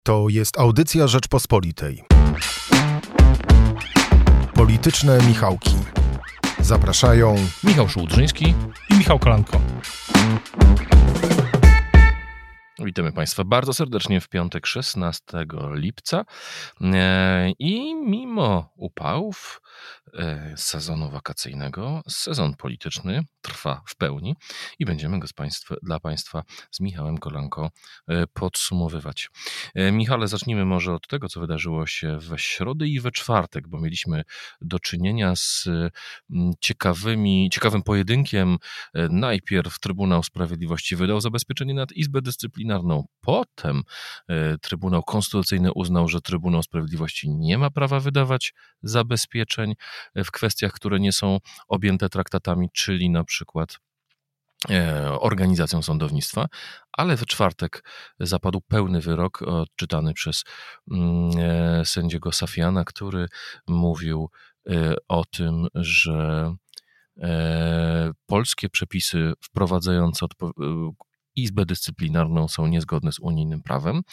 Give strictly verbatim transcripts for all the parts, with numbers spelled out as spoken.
To jest audycja Rzeczpospolitej. Polityczne Michałki. Zapraszają Michał Szułdrzyński i Michał Kolanko. Witamy Państwa bardzo serdecznie w piątek szesnastego lipca i mimo upałów sezonu wakacyjnego, sezon polityczny trwa w pełni i będziemy go z państwa, dla Państwa z Michałem Kolanko podsumowywać. Michale, zacznijmy może od tego, co wydarzyło się we środę i we czwartek, bo mieliśmy do czynienia z ciekawymi, ciekawym pojedynkiem. Najpierw Trybunał Sprawiedliwości wydał zabezpieczenie nad Izbę Dyscyplinarną, potem Trybunał Konstytucyjny uznał, że Trybunał Sprawiedliwości nie ma prawa wydawać zabezpieczeń w kwestiach, które nie są objęte traktatami, czyli na przykład organizacją sądownictwa, ale w czwartek zapadł pełny wyrok odczytany przez sędziego Safiana, który mówił o tym, że polskie przepisy wprowadzające odpo- Izbę Dyscyplinarną są niezgodne z unijnym prawem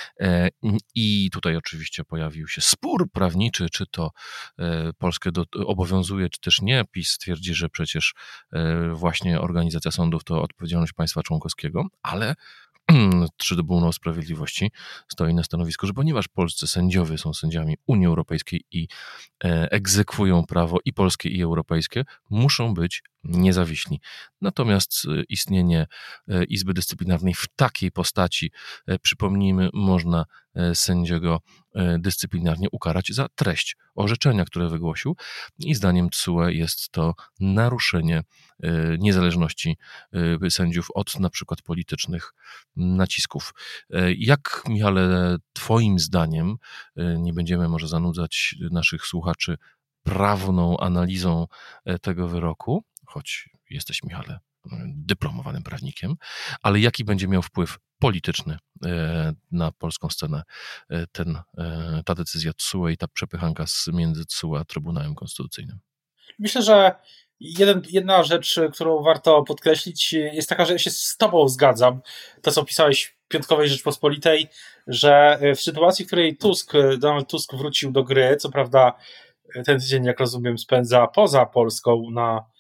i tutaj oczywiście pojawił się spór prawniczy, czy to Polskę do, obowiązuje, czy też nie. PiS stwierdzi, że przecież właśnie organizacja sądów to odpowiedzialność państwa członkowskiego, ale Trybunał Sprawiedliwości stoi na stanowisku, że ponieważ polscy sędziowie są sędziami Unii Europejskiej i egzekwują prawo i polskie, i europejskie, muszą być niezawiśli. Natomiast istnienie Izby Dyscyplinarnej w takiej postaci, przypomnijmy, można sędziego dyscyplinarnie ukarać za treść orzeczenia, które wygłosił i zdaniem T S U E jest to naruszenie niezależności sędziów od na przykład politycznych nacisków. Jak, Michale, twoim zdaniem, nie będziemy może zanudzać naszych słuchaczy prawną analizą tego wyroku, choć jesteś, Michale, dyplomowanym prawnikiem, ale jaki będzie miał wpływ polityczny na polską scenę ten, ta decyzja T S U E i ta przepychanka między T S U E a Trybunałem Konstytucyjnym? Myślę, że jeden, jedna rzecz, którą warto podkreślić, jest taka, że ja się z tobą zgadzam. To, co pisałeś w piątkowej Rzeczpospolitej, że w sytuacji, w której Tusk, Donald Tusk wrócił do gry, co prawda ten tydzień, jak rozumiem, spędza poza Polską na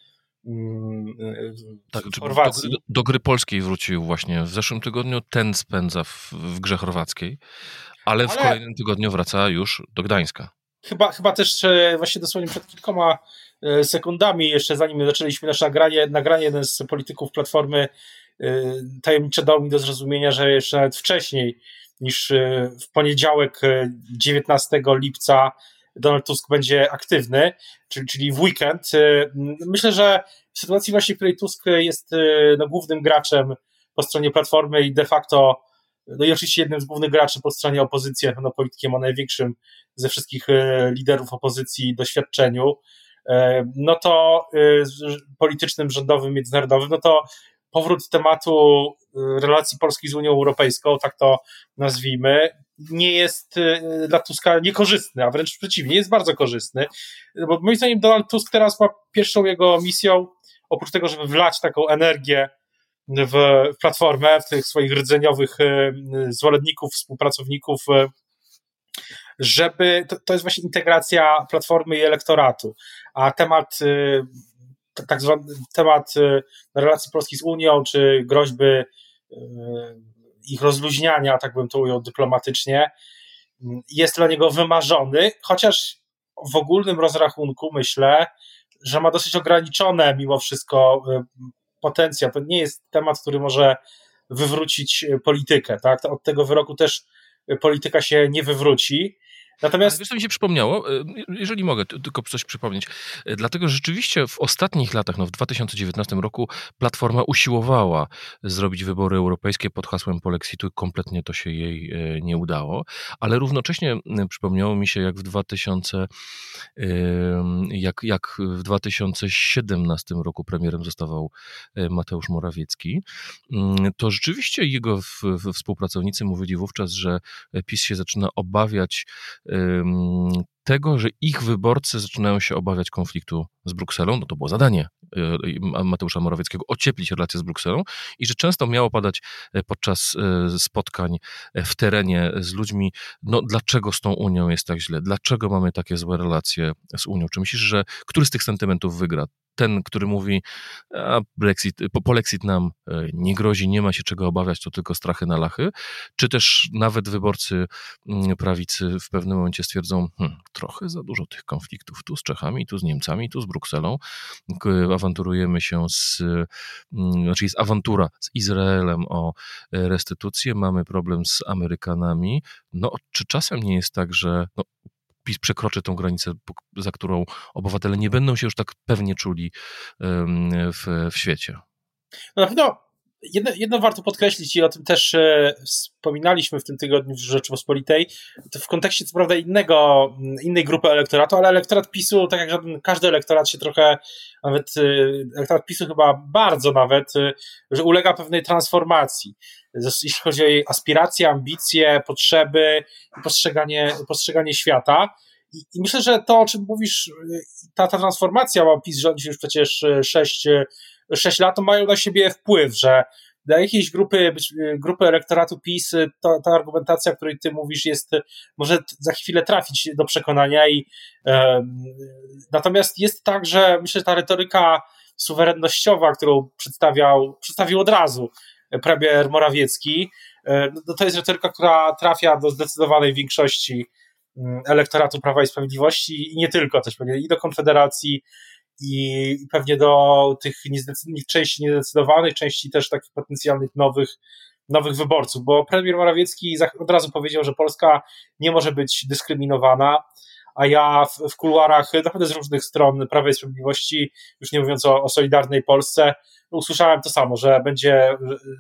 Tak, do, do gry polskiej wrócił właśnie w zeszłym tygodniu, ten spędza w, w grze chorwackiej, ale, ale w kolejnym tygodniu wraca już do Gdańska. Chyba, chyba też właśnie dosłownie przed kilkoma sekundami, jeszcze zanim zaczęliśmy nasze nagranie, nagranie jeden z polityków Platformy tajemniczo dał mi do zrozumienia, że jeszcze nawet wcześniej niż w poniedziałek dziewiętnastego lipca Donald Tusk będzie aktywny, czyli, czyli w weekend. Myślę, że w sytuacji właśnie, w której Tusk jest no, głównym graczem po stronie Platformy i de facto, no i oczywiście jednym z głównych graczy po stronie opozycji, no, politykiem o największym ze wszystkich liderów opozycji doświadczeniu, no to politycznym, rządowym, międzynarodowym, no to powrót tematu relacji polskich z Unią Europejską, tak to nazwijmy, nie jest dla Tuska niekorzystny, a wręcz przeciwnie, jest bardzo korzystny, bo moim zdaniem Donald Tusk teraz ma pierwszą jego misją, oprócz tego, żeby wlać taką energię w, w Platformę, w tych swoich rdzeniowych zwolenników, współpracowników, żeby, to, to jest właśnie integracja Platformy i elektoratu, a temat tak zwany temat relacji polskich z Unią, czy groźby ich rozluźniania, tak bym to ujął dyplomatycznie, jest dla niego wymarzony, chociaż w ogólnym rozrachunku myślę, że ma dosyć ograniczone mimo wszystko potencjał. To nie jest temat, który może wywrócić politykę, tak? Od tego wyroku też polityka się nie wywróci. Natomiast... Wiesz, co mi się przypomniało, jeżeli mogę tylko coś przypomnieć, dlatego że rzeczywiście w ostatnich latach, no w dwa tysiące dziewiętnastym roku Platforma usiłowała zrobić wybory europejskie pod hasłem polexitu, kompletnie to się jej nie udało, ale równocześnie przypomniało mi się, jak w dwa tysiące, jak, jak w dwa tysiące siedemnastym roku premierem zostawał Mateusz Morawiecki, to rzeczywiście jego w, w współpracownicy mówili wówczas, że PiS się zaczyna obawiać tego, że ich wyborcy zaczynają się obawiać konfliktu z Brukselą, no to było zadanie Mateusza Morawieckiego, ocieplić relacje z Brukselą i że często miało padać podczas spotkań w terenie z ludźmi, no dlaczego z tą Unią jest tak źle, dlaczego mamy takie złe relacje z Unią, czy myślisz, że który z tych sentymentów wygra? Ten, który mówi, a Brexit, po, polexit nam nie grozi, nie ma się czego obawiać, to tylko strachy na lachy, czy też nawet wyborcy prawicy w pewnym momencie stwierdzą, hmm, trochę za dużo tych konfliktów, tu z Czechami, tu z Niemcami, tu z Brukselą, awanturujemy się z, znaczy jest awantura z Izraelem o restytucję, mamy problem z Amerykanami, no czy czasem nie jest tak, że no, PiS przekroczy tą granicę, za którą obywatele nie będą się już tak pewnie czuli w, w świecie? No na pewno jedno, jedno warto podkreślić i o tym też e, wspominaliśmy w tym tygodniu w Rzeczypospolitej, to w kontekście co prawda innego, innej grupy elektoratu, ale elektorat PiSu, tak jak żaden, każdy elektorat się trochę, nawet e, elektorat PiSu chyba bardzo nawet, e, że ulega pewnej transformacji, jeśli chodzi o jej aspiracje, ambicje, potrzeby i postrzeganie, postrzeganie świata. I, I myślę, że to, o czym mówisz, ta, ta transformacja, bo PiS rządzi już przecież sześć sześć lat, to mają na siebie wpływ, że dla jakiejś grupy, grupy elektoratu PiS to, ta argumentacja, o której ty mówisz, jest, może za chwilę trafić do przekonania i e, natomiast jest tak, że myślę, że ta retoryka suwerennościowa, którą przedstawiał, przedstawił od razu premier Morawiecki, e, no to jest retoryka, która trafia do zdecydowanej większości elektoratu Prawa i Sprawiedliwości i nie tylko, też pewnie i do Konfederacji, i pewnie do tych niezdecyd- części niezdecydowanych, części też takich potencjalnych nowych, nowych wyborców, bo premier Morawiecki od razu powiedział, że Polska nie może być dyskryminowana, a ja w, w kuluarach naprawdę z różnych stron Prawa i Sprawiedliwości, już nie mówiąc o, o Solidarnej Polsce, usłyszałem to samo, że będzie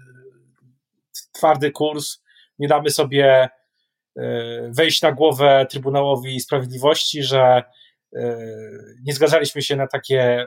twardy kurs, nie damy sobie wejść na głowę Trybunałowi Sprawiedliwości, że nie zgadzaliśmy się na takie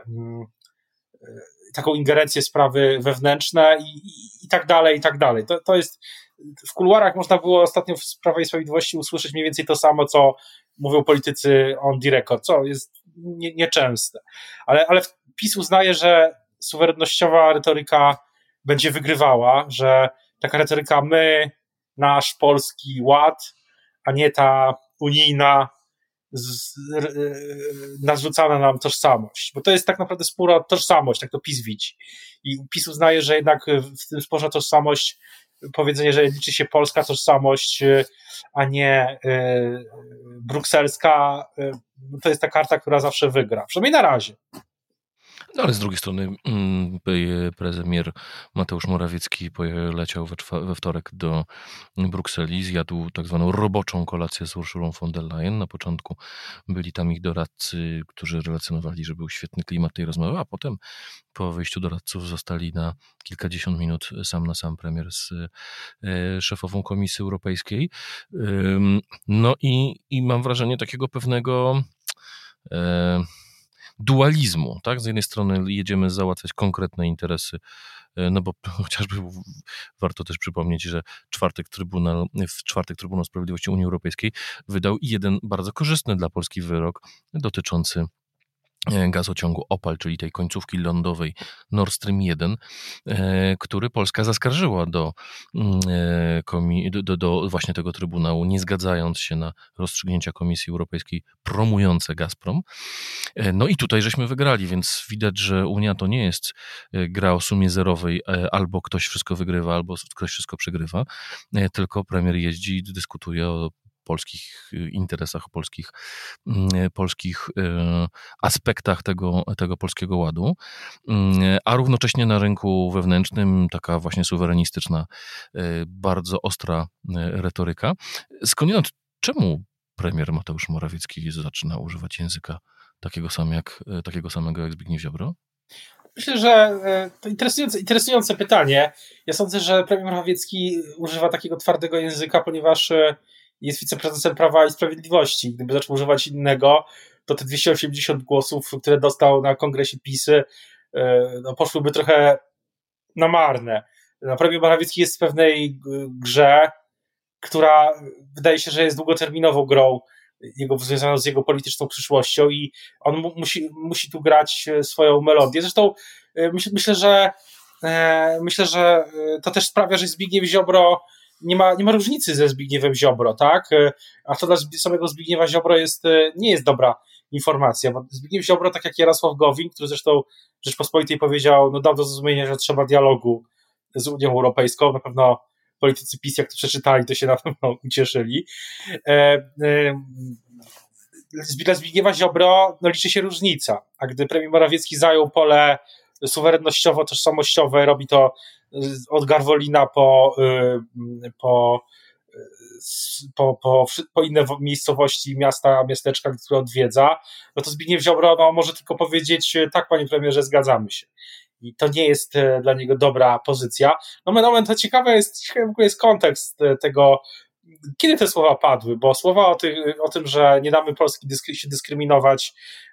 taką ingerencję w sprawy wewnętrzne i, i, i tak dalej, i tak dalej. To, to jest, w kuluarach można było ostatnio w Prawie i Sprawiedliwości usłyszeć mniej więcej to samo, co mówią politycy on the record, co jest nie, nieczęste. Ale, ale PiS uznaje, że suwerennościowa retoryka będzie wygrywała, że taka retoryka my, nasz polski ład, a nie ta unijna, z, narzucana nam tożsamość, bo to jest tak naprawdę spór o tożsamość, tak to PiS widzi. I PiS uznaje, że jednak w tym sporze o tożsamość powiedzenie, że liczy się polska tożsamość, a nie y, brukselska, y, to jest ta karta, która zawsze wygra. Przynajmniej na razie. No ale z drugiej strony premier Mateusz Morawiecki leciał we, we wtorek do Brukseli, zjadł tak zwaną roboczą kolację z Urszulą von der Leyen. Na początku byli tam ich doradcy, którzy relacjonowali, że był świetny klimat tej rozmowy, a potem po wyjściu doradców zostali na kilkadziesiąt minut sam na sam premier z e, szefową Komisji Europejskiej. Ym, no i, i mam wrażenie takiego pewnego e, dualizmu, tak? Z jednej strony jedziemy załatwiać konkretne interesy, no bo chociażby warto też przypomnieć, że czwartek Trybunał, w czwartek Trybunał Sprawiedliwości Unii Europejskiej wydał jeden bardzo korzystny dla Polski wyrok dotyczący gazociągu Opal, czyli tej końcówki lądowej Nord Stream jeden, który Polska zaskarżyła do, do, do właśnie tego Trybunału, nie zgadzając się na rozstrzygnięcia Komisji Europejskiej promujące Gazprom. No i tutaj żeśmy wygrali, więc widać, że Unia to nie jest gra o sumie zerowej, albo ktoś wszystko wygrywa, albo ktoś wszystko przegrywa, tylko premier jeździ i dyskutuje o polskich interesach, o polskich, polskich aspektach tego, tego polskiego ładu, a równocześnie na rynku wewnętrznym taka właśnie suwerenistyczna, bardzo ostra retoryka. Skądinąd, czemu premier Mateusz Morawiecki zaczyna używać języka takiego, sam jak, takiego samego jak Zbigniew Ziobro? Myślę, że to interesujące, interesujące pytanie. Ja sądzę, że premier Morawiecki używa takiego twardego języka, ponieważ jest wiceprezesem Prawa i Sprawiedliwości. Gdyby zaczął używać innego, to te dwieście osiemdziesiąt głosów, które dostał na kongresie PiS-y, no, poszłyby trochę na marne. No, premier Morawiecki jest w pewnej grze, która wydaje się, że jest długoterminową grą jego, związaną z jego polityczną przyszłością i on mu, musi, musi tu grać swoją melodię. Zresztą myśl, myślę, że myślę, że to też sprawia, że Zbigniew Ziobro nie ma, nie ma różnicy ze Zbigniewem Ziobro, tak? A to dla samego Zbigniewa Ziobro jest, nie jest dobra informacja, bo Zbigniew Ziobro, tak jak Jarosław Gowin, który zresztą Rzeczpospolitej powiedział, no dał do zrozumienia, że trzeba dialogu z Unią Europejską, na pewno politycy PiS, jak to przeczytali, to się na pewno ucieszyli. E, e, dla Zbigniewa Ziobro no, liczy się różnica, a gdy premier Morawiecki zajął pole suwerennościowo-tożsamościowe, robi to od Garwolina po, po, po, po, po inne miejscowości, miasta, miasteczka, które odwiedza, no to Zbigniew Ziobro no, może tylko powiedzieć, tak panie premierze, zgadzamy się. I to nie jest dla niego dobra pozycja. No moment, to ciekawe jest, w ogóle jest kontekst tego, kiedy te słowa padły, bo słowa o, ty, o tym, że nie damy Polski dysk- się dyskryminować,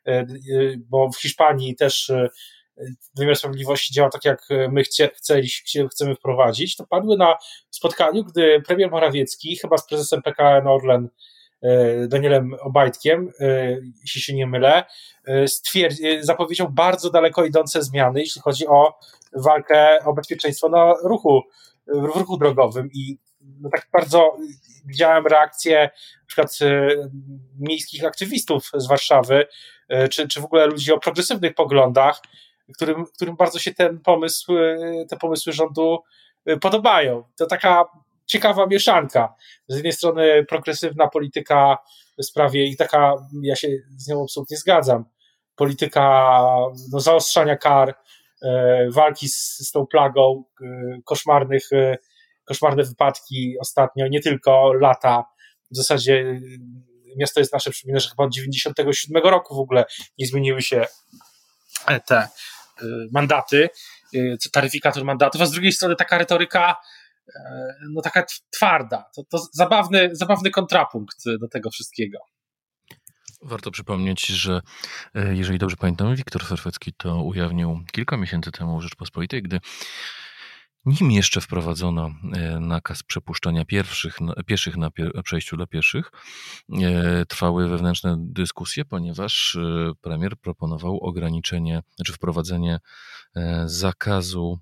bo w Hiszpanii też wymiar sprawiedliwości działa tak, jak my chcie, chceli, chcemy wprowadzić, to padły na spotkaniu, gdy premier Morawiecki, chyba z prezesem P K N Orlen, Danielem Obajtkiem, jeśli się nie mylę, stwierdzi, zapowiedział bardzo daleko idące zmiany, jeśli chodzi o walkę o bezpieczeństwo na ruchu, w ruchu drogowym i no tak bardzo widziałem reakcję na przykład miejskich aktywistów z Warszawy, czy, czy w ogóle ludzi o progresywnych poglądach, którym, którym bardzo się ten pomysł, te pomysły rządu podobają. To taka ciekawa mieszanka. Z jednej strony progresywna polityka w sprawie i taka, ja się z nią absolutnie zgadzam, polityka no, zaostrzania kar, e, walki z, z tą plagą, e, koszmarnych, e, koszmarne wypadki ostatnio, nie tylko lata, w zasadzie miasto jest nasze, przypomnę, że chyba od dziewięćdziesiątego siódmego roku w ogóle nie zmieniły się te e, mandaty, e, taryfikator mandatów, a z drugiej strony taka retoryka no taka twarda. To, to zabawny, zabawny kontrapunkt do tego wszystkiego. Warto przypomnieć, że jeżeli dobrze pamiętam, Wiktor Serwecki to ujawnił kilka miesięcy temu w Rzeczpospolitej, gdy nim jeszcze wprowadzono nakaz przepuszczania pierwszych, pieszych na przejściu dla pieszych, trwały wewnętrzne dyskusje, ponieważ premier proponował ograniczenie, znaczy wprowadzenie zakazu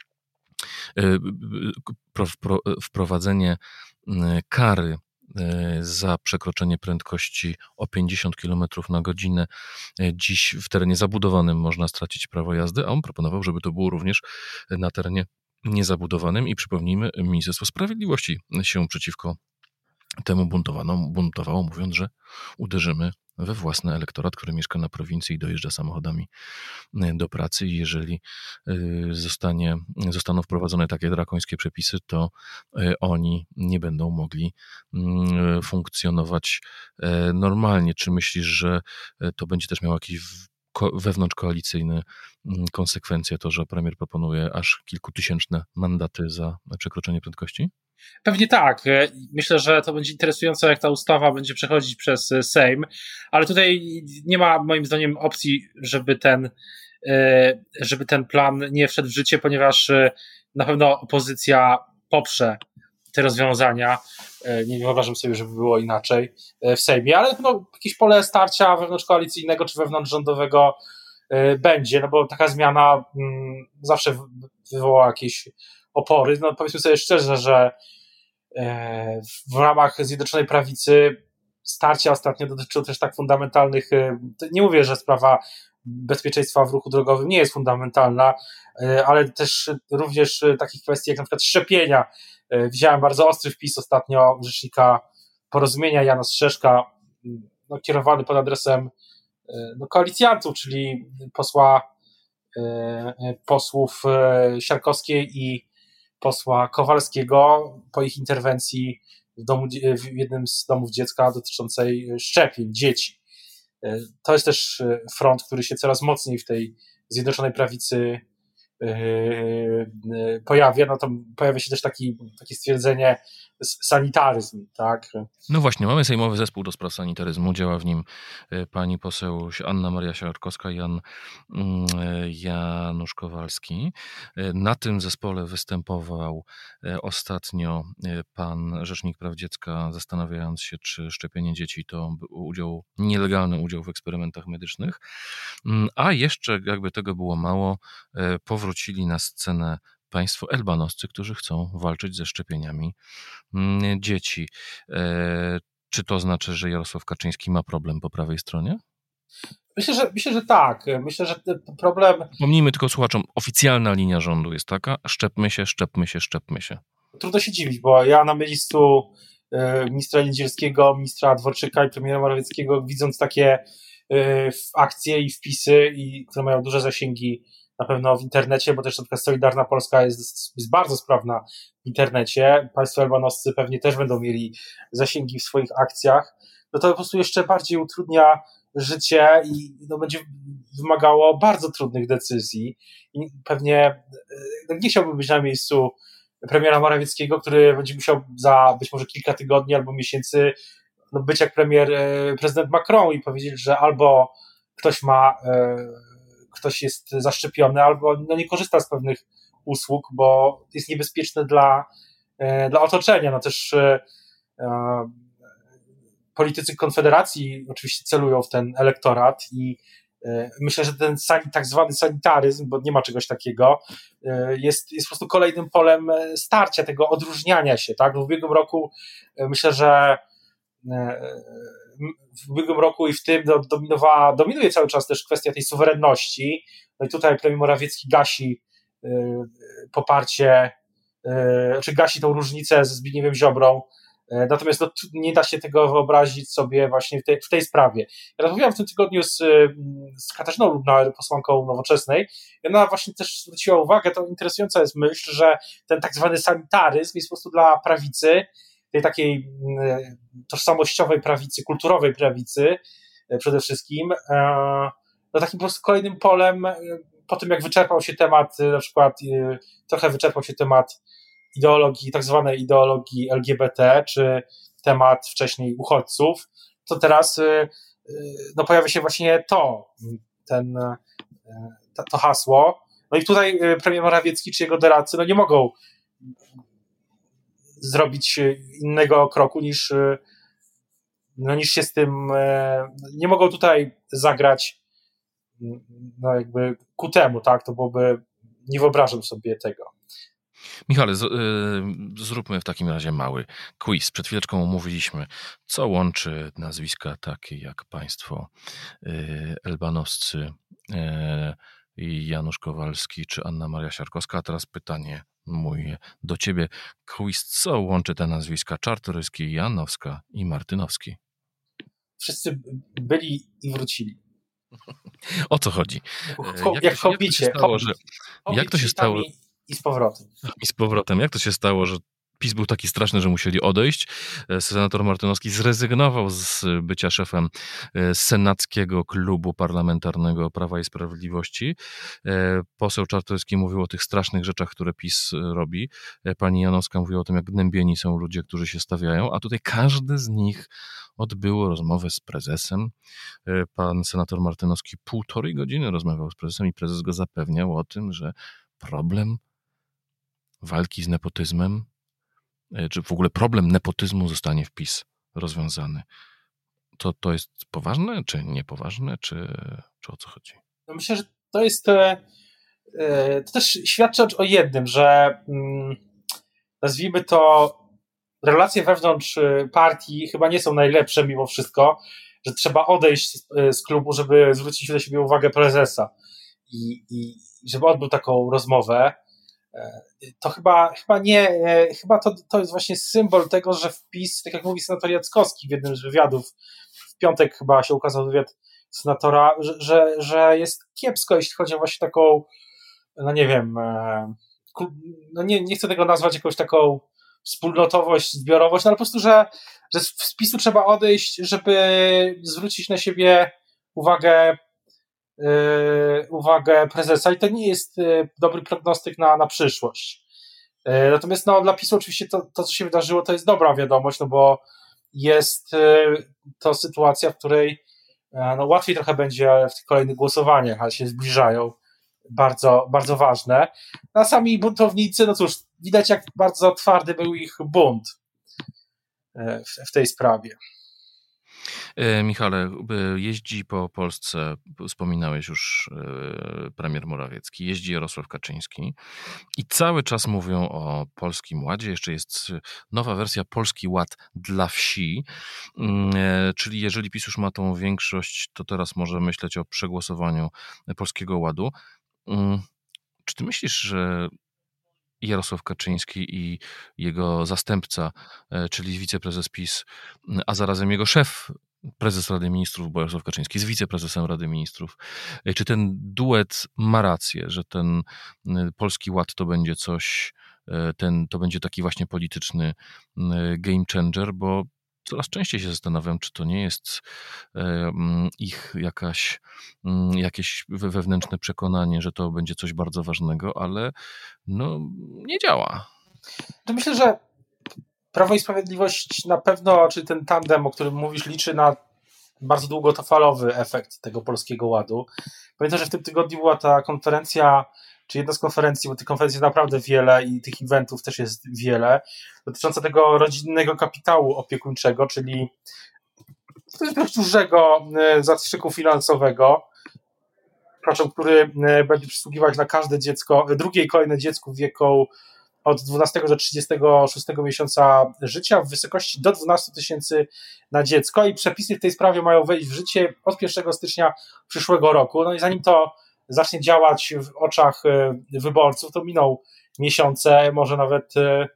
wprowadzenie kary za przekroczenie prędkości o pięćdziesiąt kilometrów na godzinę. Dziś w terenie zabudowanym można stracić prawo jazdy, a on proponował, żeby to było również na terenie niezabudowanym i przypomnijmy, Ministerstwo Sprawiedliwości się przeciwko temu buntowano, buntowało, mówiąc, że uderzymy we własny elektorat, który mieszka na prowincji i dojeżdża samochodami do pracy i jeżeli zostanie, zostaną wprowadzone takie drakońskie przepisy, to oni nie będą mogli funkcjonować normalnie. Czy myślisz, że to będzie też miało jakieś wewnątrzkoalicyjne konsekwencje, to, że premier proponuje aż kilkutysięczne mandaty za przekroczenie prędkości? Pewnie tak. Myślę, że to będzie interesujące, jak ta ustawa będzie przechodzić przez Sejm, ale tutaj nie ma moim zdaniem opcji, żeby ten, żeby ten plan nie wszedł w życie, ponieważ na pewno opozycja poprze te rozwiązania. Nie wyobrażam sobie, żeby było inaczej w Sejmie, ale no, jakieś pole starcia wewnątrzkoalicyjnego czy wewnątrzrządowego będzie, no bo taka zmiana zawsze wywoła jakieś opory. No powiedzmy sobie szczerze, że w ramach Zjednoczonej Prawicy starcia ostatnio dotyczą też tak fundamentalnych, nie mówię, że sprawa bezpieczeństwa w ruchu drogowym nie jest fundamentalna, ale też również takich kwestii jak na przykład szczepienia. Widziałem bardzo ostry wpis ostatnio rzecznika Porozumienia Jana Strzeszka, no, kierowany pod adresem no, koalicjantów, czyli posła, posłów Siarkowskiej i posła Kowalskiego po ich interwencji w, domu, w jednym z domów dziecka dotyczącej szczepień dzieci. To jest też front, który się coraz mocniej w tej Zjednoczonej Prawicy pojawia, no to pojawia się też taki, takie stwierdzenie sanitaryzm, tak? No właśnie, mamy Sejmowy Zespół do Spraw Sanitaryzmu, działa w nim pani poseł Anna Maria Siarkowska i Jan, Janusz Kowalski. Na tym zespole występował ostatnio pan Rzecznik Praw Dziecka, zastanawiając się, czy szczepienie dzieci to udział, nielegalny udział w eksperymentach medycznych. A jeszcze, jakby tego było mało, powrócili na scenę państwo elbanoscy, którzy chcą walczyć ze szczepieniami dzieci. Czy to znaczy, że Jarosław Kaczyński ma problem po prawej stronie? Myślę, że, myślę, że tak. Myślę, że problem... Pomnijmy tylko słuchaczom, oficjalna linia rządu jest taka: szczepmy się, szczepmy się, szczepmy się. Trudno się dziwić, bo ja na miejscu ministra Niedzielskiego, ministra Dworczyka i premiera Morawieckiego, widząc takie akcje i wpisy, i, które mają duże zasięgi na pewno w internecie, bo też na przykład Solidarna Polska jest, jest bardzo sprawna w internecie, państwo elbanoscy pewnie też będą mieli zasięgi w swoich akcjach, no to po prostu jeszcze bardziej utrudnia życie i no, będzie wymagało bardzo trudnych decyzji i pewnie no, nie chciałbym być na miejscu premiera Morawieckiego, który będzie musiał za być może kilka tygodni albo miesięcy no, być jak premier, prezydent Macron i powiedzieć, że albo ktoś ma ktoś jest zaszczepiony, albo no nie korzysta z pewnych usług, bo jest niebezpieczne dla, dla otoczenia. No też e, politycy Konfederacji oczywiście celują w ten elektorat i e, myślę, że ten tak zwany sanitaryzm, bo nie ma czegoś takiego, e, jest, jest po prostu kolejnym polem starcia, tego odróżniania się. Tak? W ubiegłym roku e, myślę, że e, w ubiegłym roku i w tym dominowała, dominuje cały czas też kwestia tej suwerenności. No i tutaj premier Morawiecki gasi y, poparcie, y, czy gasi tą różnicę ze Zbigniewem Ziobrą. Y, natomiast no, nie da się tego wyobrazić sobie właśnie w tej, w tej sprawie. Ja rozmawiałem w tym tygodniu z, z Katarzyną Lubnauer, posłanką Nowoczesnej, i ona właśnie też zwróciła uwagę, to interesująca jest myśl, że ten tak zwany sanitaryzm jest po prostu dla prawicy, tej takiej tożsamościowej prawicy, kulturowej prawicy przede wszystkim, no takim po prostu kolejnym polem, po tym jak wyczerpał się temat, na przykład trochę wyczerpał się temat ideologii, tak zwanej ideologii L G B T, czy temat wcześniej uchodźców, to teraz no, pojawia się właśnie to, ten, to, to hasło. No i tutaj premier Morawiecki czy jego doradcy no, nie mogą zrobić innego kroku niż, no, niż się z tym, nie mogą tutaj zagrać no jakby ku temu, tak, to byłoby, nie wyobrażam sobie tego. Michale, z, y, zróbmy w takim razie mały quiz. Przed chwileczką omówiliśmy, co łączy nazwiska takie jak państwo y, elbanoscy, y, Janusz Kowalski czy Anna Maria Siarkowska. A teraz pytanie mój do ciebie. Quiz, co łączy te nazwiska? Czartoryski, Janowska i Martynowski. Wszyscy byli i wrócili. O co chodzi? Jak, jak to się stało, że jak to się stało? I z powrotem. I z powrotem. Jak to się stało, że PiS był taki straszny, że musieli odejść? Senator Martynowski zrezygnował z bycia szefem senackiego klubu parlamentarnego Prawa i Sprawiedliwości. Poseł Czartoryski mówił o tych strasznych rzeczach, które PiS robi. Pani Janowska mówiła o tym, jak gnębieni są ludzie, którzy się stawiają, a tutaj każdy z nich odbyło rozmowę z prezesem. Pan senator Martynowski półtorej godziny rozmawiał z prezesem i prezes go zapewniał o tym, że problem walki z nepotyzmem, czy w ogóle problem nepotyzmu zostanie w PiS rozwiązany. To, to jest poważne, czy niepoważne, czy, czy o co chodzi? No myślę, że to jest to też świadczy o jednym, że nazwijmy to relacje wewnątrz partii chyba nie są najlepsze mimo wszystko, że trzeba odejść z klubu, żeby zwrócić do siebie uwagę prezesa i, i żeby odbył taką rozmowę. To chyba, chyba nie, chyba to, to jest właśnie symbol tego, że wpis, tak jak mówi senator Jackowski w jednym z wywiadów, w piątek chyba się ukazał wywiad senatora, że, że, że jest kiepsko, jeśli chodzi o właśnie taką, no nie wiem, no nie, nie chcę tego nazwać jakąś taką wspólnotowość, zbiorowość, no ale po prostu, że, że z wpisu trzeba odejść, żeby zwrócić na siebie uwagę uwagę prezesa i to nie jest dobry prognostyk na, na przyszłość. Natomiast no, dla PiSu oczywiście to, to, co się wydarzyło, to jest dobra wiadomość, no bo jest to sytuacja, w której no, łatwiej trochę będzie w tych kolejnych głosowaniach, ale się zbliżają, bardzo, bardzo ważne. A sami buntownicy, no cóż, widać jak bardzo twardy był ich bunt w, w tej sprawie. Michale, jeździ po Polsce, wspominałeś już premier Morawiecki, jeździ Jarosław Kaczyński i cały czas mówią o Polskim Ładzie. Jeszcze jest nowa wersja Polski Ład dla wsi, czyli jeżeli PiS już ma tą większość, to teraz może myśleć o przegłosowaniu Polskiego Ładu. Czy ty myślisz, że Jarosław Kaczyński i jego zastępca, czyli wiceprezes PiS, a zarazem jego szef, prezes Rady Ministrów, bo Jarosław Kaczyński jest wiceprezesem Rady Ministrów, czy ten duet ma rację, że ten Polski Ład to będzie coś, ten, to będzie taki właśnie polityczny game changer, bo coraz częściej się zastanawiam, czy to nie jest ich jakaś, jakieś wewnętrzne przekonanie, że to będzie coś bardzo ważnego, ale no nie działa. To myślę, że Prawo i Sprawiedliwość na pewno, czy ten tandem, o którym mówisz, liczy na bardzo długofalowy efekt tego Polskiego Ładu. Pamiętam, że w tym tygodniu była ta konferencja, czy jedna z konferencji, bo tych konferencji jest naprawdę wiele i tych eventów też jest wiele, dotycząca tego rodzinnego kapitału opiekuńczego, czyli dość dużego zastrzyku finansowego, który będzie przysługiwać na każde dziecko, drugie i kolejne dziecko w wieku od dwunastego do trzydziestego szóstego miesiąca życia w wysokości do dwanaście tysięcy na dziecko i przepisy w tej sprawie mają wejść w życie od pierwszego stycznia przyszłego roku. No i zanim to zacznie działać w oczach wyborców, to miną miesiące, może nawet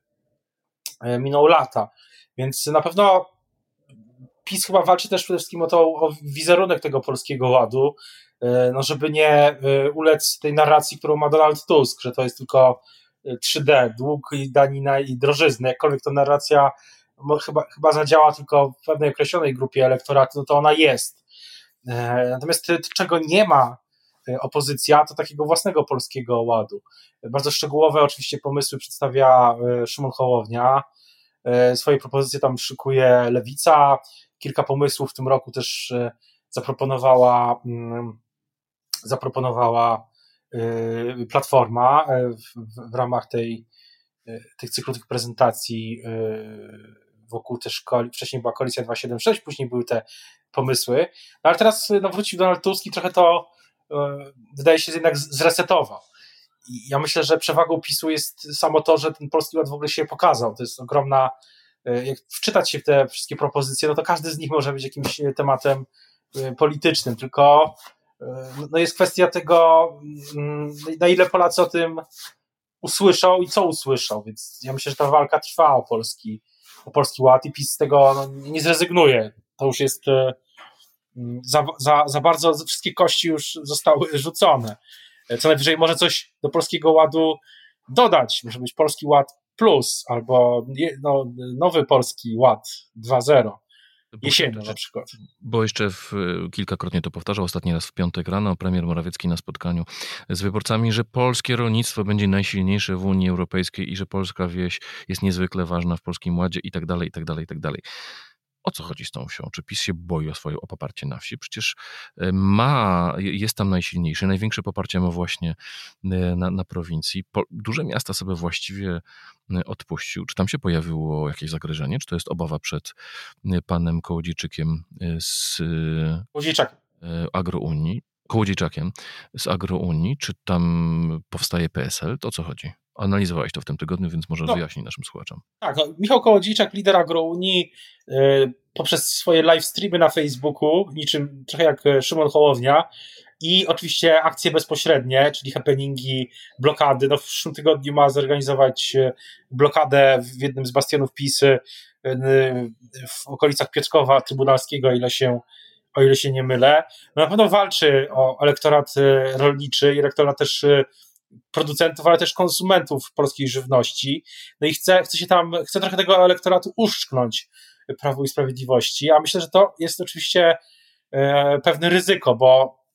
miną lata. Więc na pewno PiS chyba walczy też przede wszystkim o, to, o wizerunek tego Polskiego Ładu, no żeby nie ulec tej narracji, którą ma Donald Tusk, że to jest tylko trzy D, dług i danina i drożyzny, jakkolwiek to narracja chyba, chyba zadziała tylko w pewnej określonej grupie elektoratu, no to ona jest. Natomiast czego nie ma opozycja, to takiego własnego Polskiego Ładu. Bardzo szczegółowe oczywiście pomysły przedstawia Szymon Hołownia, swoje propozycje tam szykuje Lewica, kilka pomysłów w tym roku też zaproponowała zaproponowała Platforma w, w ramach tej, tych cyklu tych prezentacji wokół też, wcześniej była koalicja dwieście siedemdziesiąt sześć, później były te pomysły, no ale teraz no, wrócił Donald Tusk i trochę to wydaje się jednak zresetował. I ja myślę, że przewagą PiSu jest samo to, że ten Polski Ład w ogóle się pokazał. To jest ogromna, jak wczytać się w te wszystkie propozycje, no to każdy z nich może być jakimś tematem politycznym, tylko no jest kwestia tego, na ile Polacy o tym usłyszą i co usłyszą, więc ja myślę, że ta walka trwa o Polski, o Polski Ład i PiS z tego no, nie zrezygnuje. To już jest za, za, za bardzo, wszystkie kości już zostały rzucone. Co najwyżej może coś do Polskiego Ładu dodać, może być Polski Ład Plus albo no, nowy Polski Ład dwa zero. Jesienią na przykład. Bo jeszcze w, kilkakrotnie to powtarzał, ostatni raz w piątek rano premier Morawiecki na spotkaniu z wyborcami, że polskie rolnictwo będzie najsilniejsze w Unii Europejskiej i że polska wieś jest niezwykle ważna w Polskim Ładzie i tak dalej, i tak dalej, i tak dalej. O co chodzi z tą wsią? Czy PiS się boi o swoje o poparcie na wsi? Przecież ma, jest tam najsilniejszy, największe poparcie ma właśnie na, na prowincji. Po, duże miasta sobie właściwie odpuścił. Czy tam się pojawiło jakieś zagrożenie? Czy to jest obawa przed panem Kołodziejczykiem z Kołodziejczak. Agrounii? Kołodziejczakiem z Agrounii? Czy tam powstaje P S L? To o co chodzi? Analizowałeś to w tym tygodniu, więc może no, wyjaśnij naszym słuchaczom. Tak, no, Michał Kołodziejczak, lider Agrounii, yy, poprzez swoje live streamy na Facebooku, niczym trochę jak Szymon Hołownia i oczywiście akcje bezpośrednie, czyli happeningi, blokady. No, w przyszłym tygodniu ma zorganizować blokadę w jednym z bastionów PiS yy, w okolicach Piotrkowa Trybunalskiego, o ile się, o ile się nie mylę. No, na pewno walczy o elektorat rolniczy i elektorat też producentów, ale też konsumentów polskiej żywności. No i chce, chce się tam, chce trochę tego elektoratu uszczknąć Prawu i Sprawiedliwości, a myślę, że to jest oczywiście e, pewne ryzyko, bo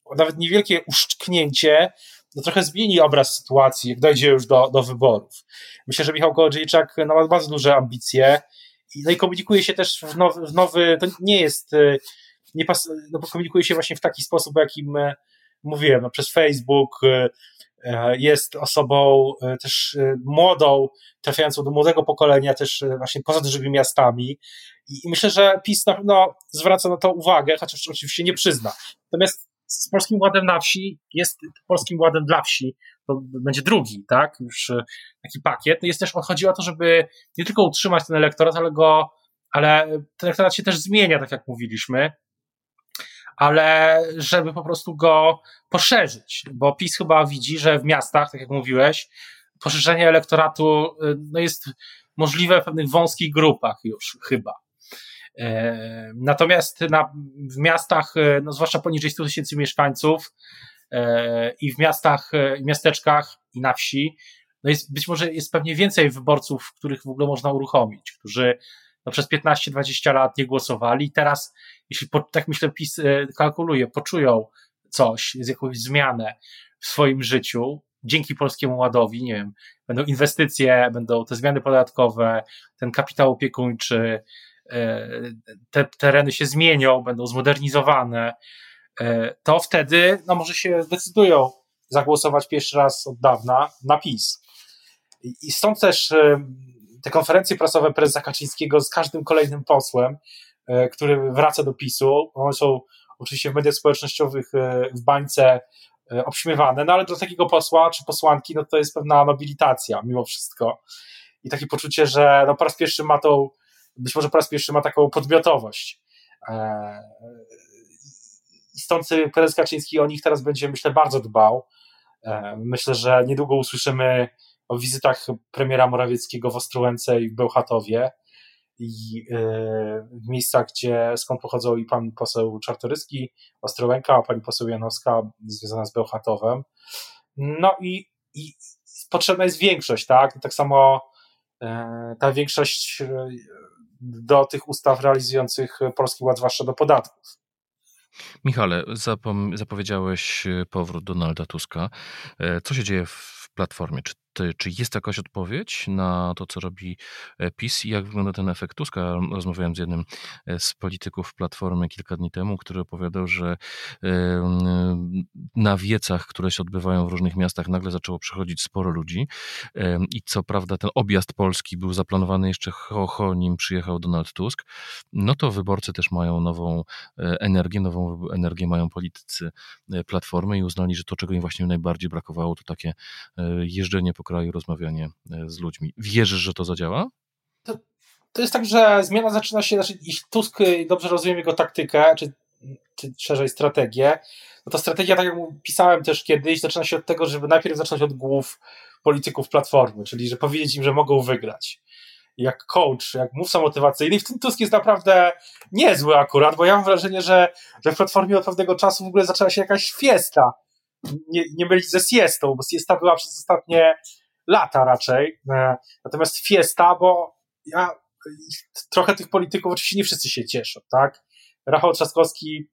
nawet niewielkie uszczknięcie no trochę zmieni obraz sytuacji, jak dojdzie już do, do wyborów. Myślę, że Michał Kołodziejczak no, ma bardzo duże ambicje i, no i komunikuje się też w nowy, w nowy to nie jest, nie pas, no bo komunikuje się właśnie w taki sposób, o jakim mówiłem, no, przez Facebook, jest osobą też młodą, trafiającą do młodego pokolenia, też właśnie poza dużymi miastami i myślę, że PiS na pewno zwraca na to uwagę, chociaż oczywiście nie przyzna. Natomiast z Polskim Ładem na wsi jest Polskim Ładem dla wsi, to będzie drugi, tak, już taki pakiet. No jest też, chodzi o to, żeby nie tylko utrzymać ten elektorat, ale go, ale ten elektorat się też zmienia, tak jak mówiliśmy, ale żeby po prostu go poszerzyć, bo PiS chyba widzi, że w miastach, tak jak mówiłeś, poszerzenie elektoratu no jest możliwe w pewnych wąskich grupach już chyba. Natomiast na, w miastach, no zwłaszcza poniżej stu tysięcy mieszkańców i w miastach, i miasteczkach i na wsi, no jest, być może jest pewnie więcej wyborców, których w ogóle można uruchomić, którzy no przez piętnaście dwadzieścia lat nie głosowali i teraz, jeśli po, tak myślę PiS kalkuluje, poczują coś, z jakąś zmianę w swoim życiu, dzięki Polskiemu Ładowi, nie wiem, będą inwestycje, będą te zmiany podatkowe, ten kapitał opiekuńczy, te tereny się zmienią, będą zmodernizowane, to wtedy no może się zdecydują zagłosować pierwszy raz od dawna na PiS. I stąd też te konferencje prasowe prezesa Kaczyńskiego z każdym kolejnym posłem, który wraca do PiSu, one są oczywiście w mediach społecznościowych w bańce obśmiewane, no ale dla takiego posła czy posłanki no to jest pewna nobilitacja mimo wszystko i takie poczucie, że no po raz pierwszy ma tą być może po raz pierwszy ma taką podmiotowość. I stąd prezes Kaczyński o nich teraz będzie, myślę, bardzo dbał. Myślę, że niedługo usłyszymy o wizytach premiera Morawieckiego w Ostrołęce i w Bełchatowie i w miejscach, gdzie skąd pochodzą i pan poseł Czartoryski, Ostrołęka, a pani poseł Janowska związana z Bełchatowem. No i, i potrzebna jest większość, tak? Tak samo ta większość do tych ustaw realizujących Polski Ład, zwłaszcza do podatków. Michale, zapom- zapowiedziałeś powrót Donalda Tuska. Co się dzieje w Platformie? Czy, ty, czy jest jakaś odpowiedź na to, co robi PiS i jak wygląda ten efekt Tuska? Rozmawiałem z jednym z polityków Platformy kilka dni temu, który opowiadał, że na wiecach, które się odbywają w różnych miastach, nagle zaczęło przychodzić sporo ludzi i co prawda ten objazd Polski był zaplanowany jeszcze ho, ho, nim przyjechał Donald Tusk, no to wyborcy też mają nową energię, nową energię mają politycy Platformy i uznali, że to, czego im właśnie najbardziej brakowało, to takie jeżdżenie po kraju, rozmawianie z ludźmi. Wierzysz, że to zadziała? To, to jest tak, że zmiana zaczyna się, znaczy Tusk, dobrze rozumiem jego taktykę, czy, czy szerzej strategię, no to strategia, tak jak pisałem też kiedyś, zaczyna się od tego, żeby najpierw zacząć od głów polityków Platformy, czyli że powiedzieć im, że mogą wygrać. Jak coach, jak mówca motywacyjny. I w tym Tusk jest naprawdę niezły akurat, bo ja mam wrażenie, że, że w Platformie od pewnego czasu w ogóle zaczęła się jakaś fiesta. Nie, nie mylić ze siestą, bo siesta była przez ostatnie lata raczej. Natomiast fiesta, bo ja trochę tych polityków, oczywiście nie wszyscy się cieszą, tak? Rafał Trzaskowski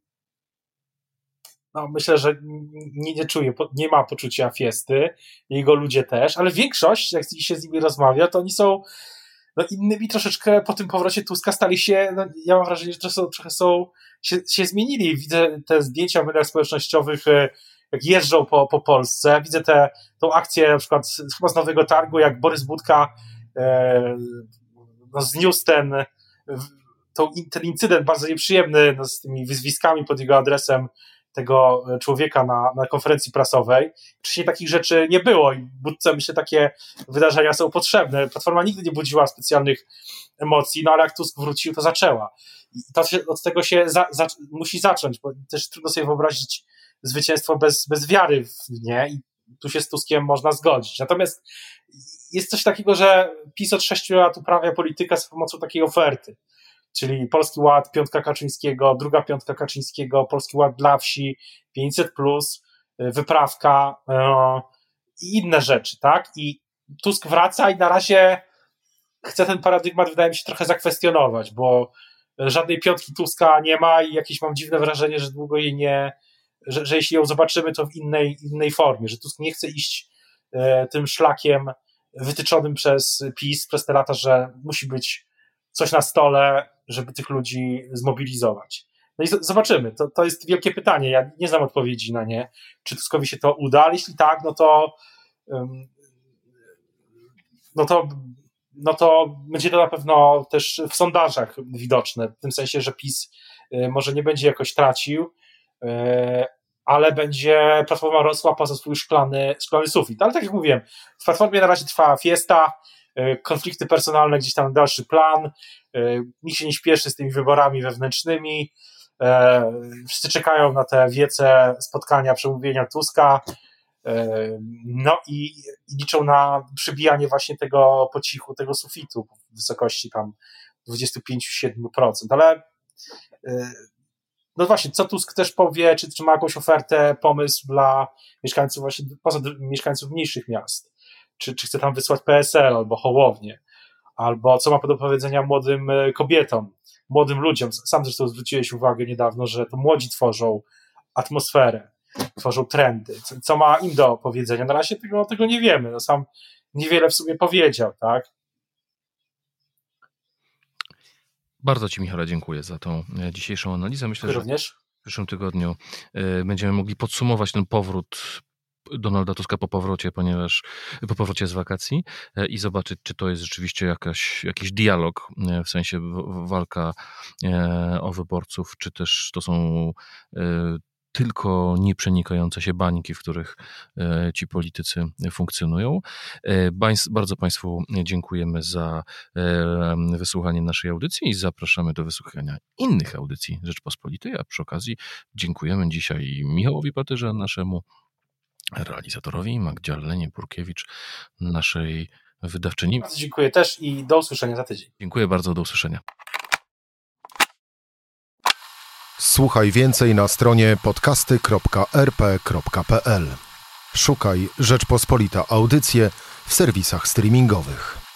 no myślę, że nie, nie czuje, nie ma poczucia fiesty, jego ludzie też, ale większość, jak się z nimi rozmawia, to oni są no innymi troszeczkę po tym powrocie Tuska stali się, no ja mam wrażenie, że to są, trochę są, się, się zmienili. Widzę te zdjęcia w mediach społecznościowych, jak jeżdżą po, po Polsce. Widzę tę tą akcję na przykład chyba z Nowego Targu, jak Borys Budka e, no, zniósł ten, to, ten incydent bardzo nieprzyjemny no, z tymi wyzwiskami pod jego adresem tego człowieka na, na konferencji prasowej. Wcześniej takich rzeczy nie było i Budce myślę, takie wydarzenia są potrzebne. Platforma nigdy nie budziła specjalnych emocji, no ale jak Tusk wrócił, to zaczęła. I to się, od tego się za, za, musi zacząć, bo też trudno sobie wyobrazić zwycięstwo bez, bez wiary w nie i tu się z Tuskiem można zgodzić. Natomiast jest coś takiego, że PiS od sześciu lat uprawia politykę z pomocą takiej oferty, czyli Polski Ład, piątka Kaczyńskiego, druga piątka Kaczyńskiego, Polski Ład dla wsi, pięćset plus, wyprawka yy, i inne rzeczy, tak? I Tusk wraca i na razie chce ten paradygmat, wydaje mi się, trochę zakwestionować, bo żadnej piątki Tuska nie ma i jakieś mam dziwne wrażenie, że długo jej nie, że, że jeśli ją zobaczymy, to w innej, innej formie, że Tusk nie chce iść e, tym szlakiem wytyczonym przez PiS przez te lata, że musi być coś na stole, żeby tych ludzi zmobilizować. No i z- zobaczymy, to, to jest wielkie pytanie, ja nie znam odpowiedzi na nie, czy Tuskowi się to uda, ale jeśli tak, no to um, no to no to będzie to na pewno też w sondażach widoczne, w tym sensie, że PiS y, może nie będzie jakoś tracił, y, ale będzie Platforma rosła poza swój szklany, szklany sufit. Ale tak jak mówiłem, w Platformie na razie trwa fiesta, y, konflikty personalne gdzieś tam na dalszy plan, y, nikt się nie śpieszy z tymi wyborami wewnętrznymi, y, wszyscy czekają na te wiece spotkania, przemówienia Tuska, no i, i liczą na przybijanie właśnie tego po cichu, tego sufitu w wysokości tam dwadzieścia pięć do siedmiu procent, ale no właśnie, co Tusk też powie, czy, czy ma jakąś ofertę, pomysł dla mieszkańców właśnie, poza mieszkańców mniejszych miast, czy, czy chce tam wysłać P S L albo Hołownię, albo co ma do powiedzenia młodym kobietom, młodym ludziom, sam zresztą zwróciłeś uwagę niedawno, że to młodzi tworzą atmosferę, tworzą trendy. Co, co ma im do powiedzenia? Na razie tego, tego nie wiemy. No sam niewiele w sumie powiedział, tak? Bardzo Ci, Michale, dziękuję za tą dzisiejszą analizę. Myślę, że również w przyszłym tygodniu będziemy mogli podsumować ten powrót Donalda Tuska po powrocie, ponieważ po powrocie z wakacji i zobaczyć, czy to jest rzeczywiście jakaś, jakiś dialog, w sensie walka o wyborców, czy też to są tylko nieprzenikające się bańki, w których ci politycy funkcjonują. Bardzo Państwu dziękujemy za wysłuchanie naszej audycji i zapraszamy do wysłuchania innych audycji Rzeczpospolitej, a przy okazji dziękujemy dzisiaj Michałowi Patyrze, naszemu realizatorowi, Magdalenie Burkiewicz, naszej wydawczyni. Bardzo dziękuję też i do usłyszenia za tydzień. Dziękuję bardzo, do usłyszenia. Słuchaj więcej na stronie podcasty kropka er pe kropka pe el. Szukaj Rzeczpospolita Audycje w serwisach streamingowych.